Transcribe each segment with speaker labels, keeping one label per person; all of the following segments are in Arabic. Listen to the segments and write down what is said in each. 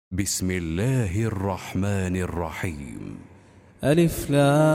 Speaker 1: بسم الله الرحمن الرحيم.
Speaker 2: ألف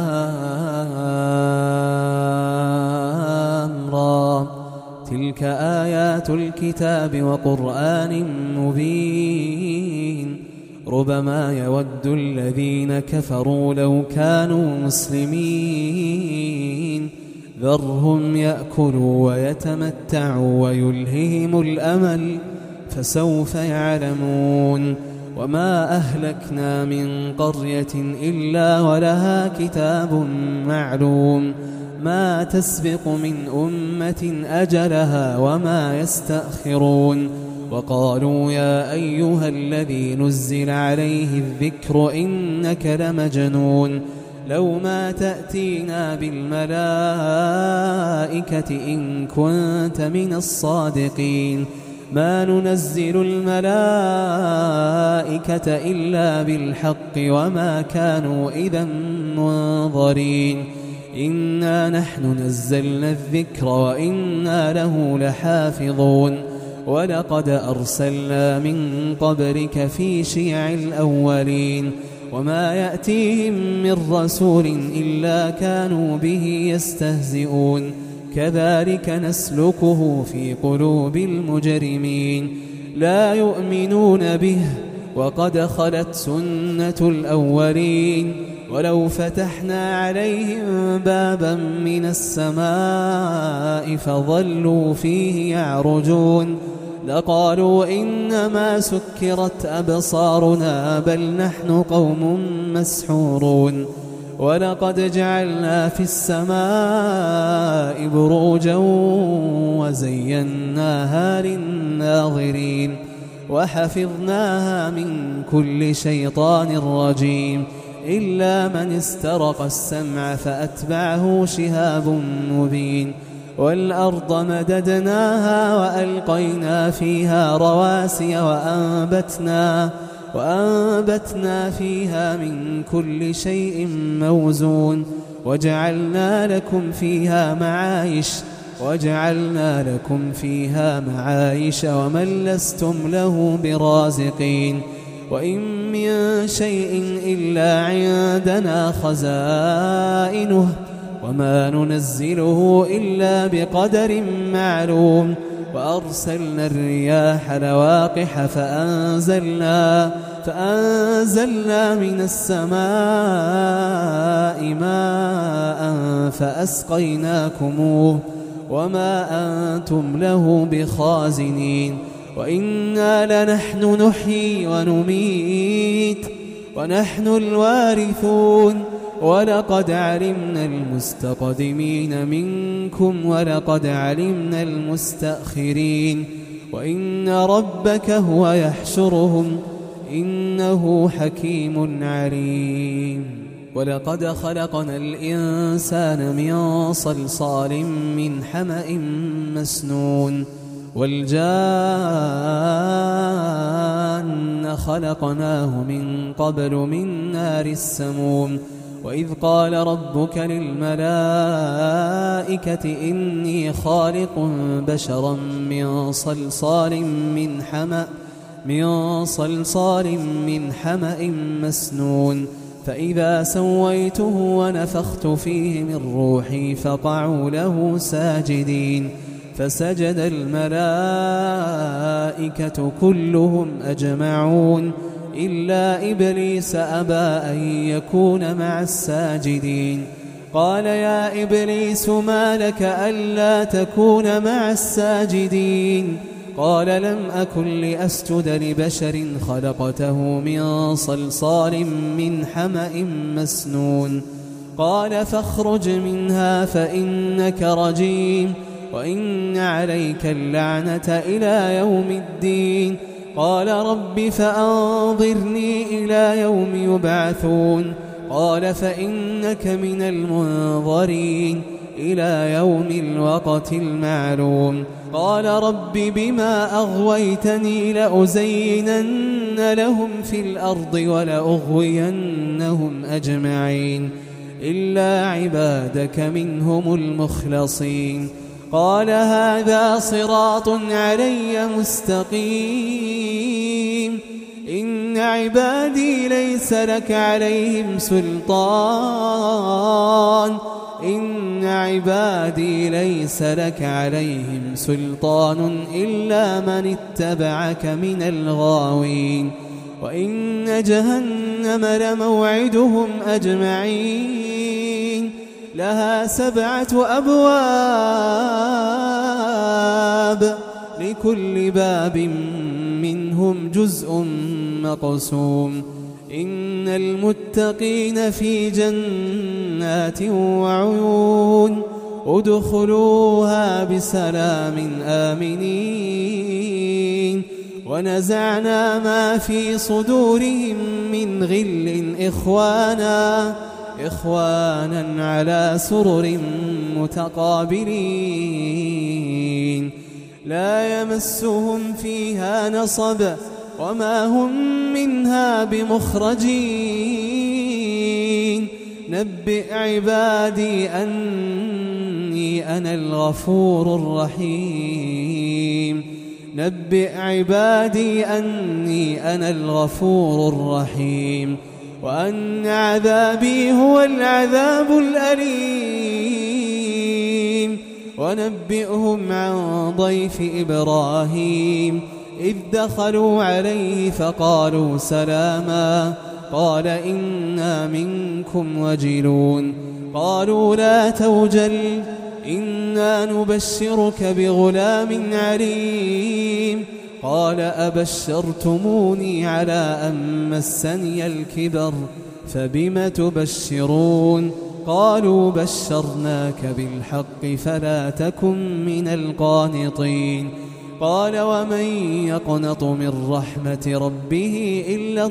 Speaker 2: لام را، تلك آيات الكتاب وقرآن مبين. ربما يود الذين كفروا لو كانوا مسلمين، ذرهم يأكلوا ويتمتعوا ويلههم الأمل، فسوف يعلمون. وما أهلكنا من قرية إلا ولها كتاب معلوم، ما تسبق من أمة أجلها وما يستأخرون. وقالوا يا أيها الذي نزل عليه الذكر إنك لمجنون، لو ما تأتينا بالملائكة إن كنت من الصادقين. ما ننزل الملائكة إلا بالحق وما كانوا إذا منظرين. إنا نحن نزلنا الذكر وإنا له لحافظون. ولقد أرسلنا من قبلك في شيع الأولين، وما يأتيهم من رسول إلا كانوا به يستهزئون. كذلك نسلكه في قلوب المجرمين، لا يؤمنون به وقد خلت سنة الأولين. ولو فتحنا عليهم بابا من السماء فظلوا فيه يعرجون لقالوا إنما سكرت أبصارنا بل نحن قوم مسحورون. ولقد جعلنا في السماء بروجا وزيناها للناظرين، وحفظناها من كل شيطان رجيم، إلا من استرق السمع فأتبعه شهاب مبين. والأرض مددناها وألقينا فيها رواسي وأنبتنا فيها من كل شيء موزون. وجعلنا لكم فيها معايش ومن لستم له برازقين. وإن من شيء إلا عندنا خزائنه وما ننزله إلا بقدر معلوم. وأرسلنا الرياح لواقح فأنزلنا من السماء ماء فأسقيناكموه وما أنتم له بخازنين. وإنا لنحن نحيي ونميت ونحن الوارثون. ولقد علمنا المستقدمين منكم ولقد علمنا المستأخرين. وإن ربك هو يحشرهم إنه حكيم عليم. ولقد خلقنا الإنسان من صلصال من حمأ مسنون. والجان خلقناه من قبل من نار السموم. وإذ قال ربك للملائكة إني خالق بشرا من صلصال من حمأ مسنون. فإذا سويته ونفخت فيه من روحي فقعوا له ساجدين. فسجد الملائكة كلهم أجمعون إلا إبليس أبى أن يكون مع الساجدين. قال يا إبليس ما لك ألا تكون مع الساجدين؟ قال لم أكن لأسجد لبشر خلقته من صلصال من حمأ مسنون. قال فاخرج منها فإنك رجيم وإن عليك اللعنة إلى يوم الدين. قال رب فأنظرني إلى يوم يبعثون. قال فإنك من المنظرين إلى يوم الوقت المعلوم. قال رب بما أغويتني لأزينن لهم في الأرض ولأغوينهم أجمعين إلا عبادك منهم المخلصين. قال هذا صراط علي مستقيم إن عبادي ليس لك عليهم سلطان إن عبادي ليس لك عليهم سلطان إلا من اتبعك من الغاوين وإن جهنم لموعدهم أجمعين لها 7 أبواب لكل باب منهم جزء مقسوم إن المتقين في جنات وعيون ادخلوها بسلام آمنين ونزعنا ما في صدورهم من غل إخوانا على سرر متقابلين لا يمسهم فيها نصب وما هم منها بمخرجين نبئ عبادي أني أنا الغفور الرحيم نبئ عبادي أني أنا الغفور الرحيم وأن عذابي هو العذاب الأليم ونبئهم عن ضيف إبراهيم إذ دخلوا عليه فقالوا سلاما قال إنا منكم وجلون قالوا لا توجل إنا نبشرك بغلام عليم قال أبشرتموني على أن مسني الكبر فبم تبشرون قالوا بشرناك بالحق فلا تكن من القانطين قال ومن يقنط من رحمة ربه إلا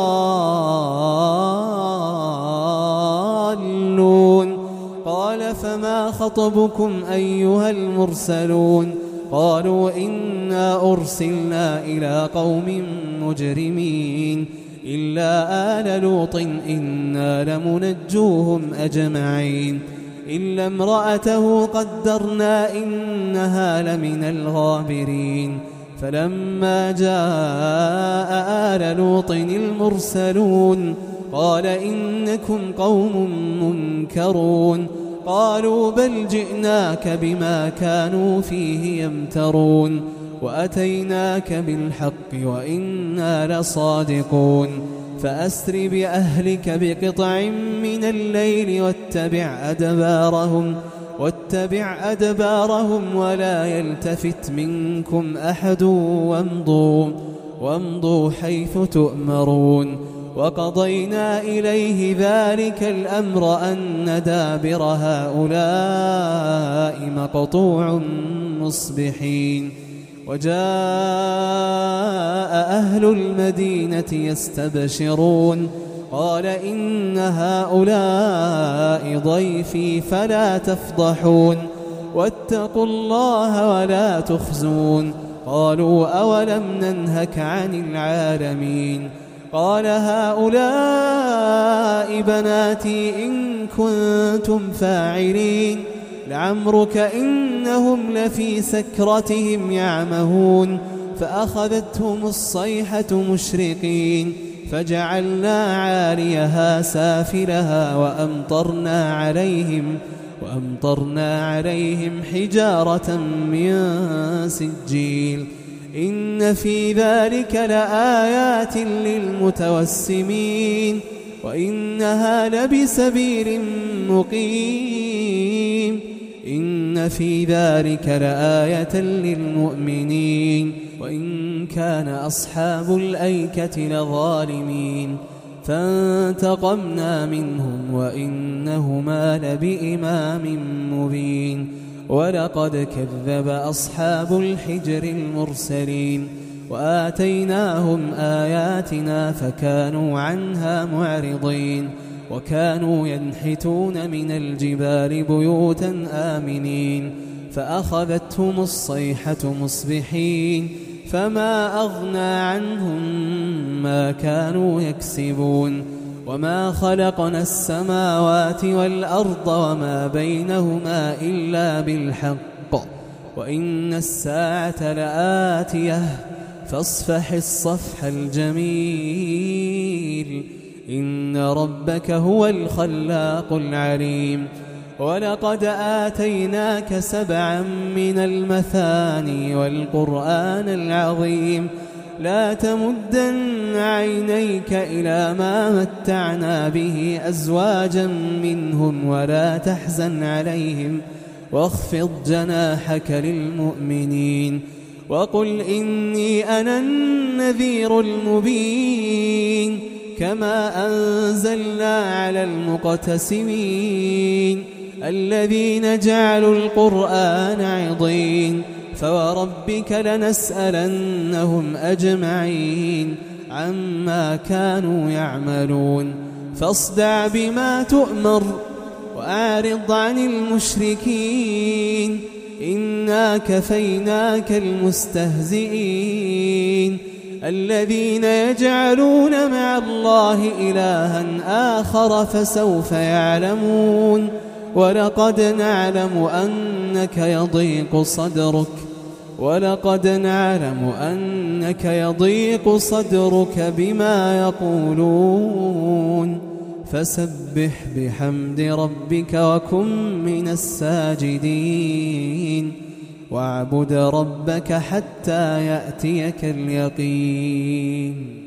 Speaker 2: الضالون قال فما خطبكم أيها المرسلون قالوا إنا أرسلنا إلى قوم مجرمين إلا آل لوط إنا لمنجوهم أجمعين إلا امرأته قدرنا إنها لمن الغابرين فلما جاء آل لوط المرسلون قال إنكم قوم منكرون قالوا بل جئناك بما كانوا فيه يمترون وأتيناك بالحق وإنا لصادقون فأسر بأهلك بقطع من الليل واتبع أدبارهم ولا يلتفت منكم أحد وامضوا حيث تؤمرون وقضينا إليه ذلك الأمر أن دابر هؤلاء مقطوع مصبحين وجاء أهل المدينة يستبشرون قال إن هؤلاء ضيفي فلا تفضحون واتقوا الله ولا تخزون قالوا أولم ننهك عن العالمين قال هؤلاء بناتي إن كنتم فاعلين لعمرك إنهم لفي سكرتهم يعمهون فأخذتهم الصيحة مشرقين فجعلنا عاليها سافلها وأمطرنا عليهم حجارة من سجيل إن في ذلك لآيات للمتوسمين وإنها لبسبيل مقيم إن في ذلك لآية للمؤمنين وإن كان أصحاب الأيكة لظالمين فانتقمنا منهم وإنهما لبإمام مبين ولقد كذب أصحاب الحجر المرسلين وآتيناهم آياتنا فكانوا عنها معرضين وكانوا ينحتون من الجبال بيوتا آمنين فأخذتهم الصيحة مصبحين فما أغنى عنهم ما كانوا يكسبون وما خلقنا السماوات والأرض وما بينهما إلا بالحق وإن الساعة لآتية فاصفح الصفح الجميل إن ربك هو الخلاق العليم ولقد آتيناك 7 من المثاني والقرآن العظيم لا تمدن عينيك إلى ما متعنا به أزواجا منهم ولا تحزن عليهم واخفض جناحك للمؤمنين وقل إني أنا النذير المبين كما أنزلنا على المقتسمين الذين جعلوا القرآن عضين فوربك لنسألنهم أجمعين عما كانوا يعملون فاصدع بما تؤمر وأعرض عن المشركين إنا كفيناك المستهزئين الذين يجعلون مع الله إلها آخر فسوف يعلمون ولقد نعلم أنك يضيق صدرك بما يقولون فسبح بحمد ربك وكن من الساجدين واعبد ربك حتى يأتيك اليقين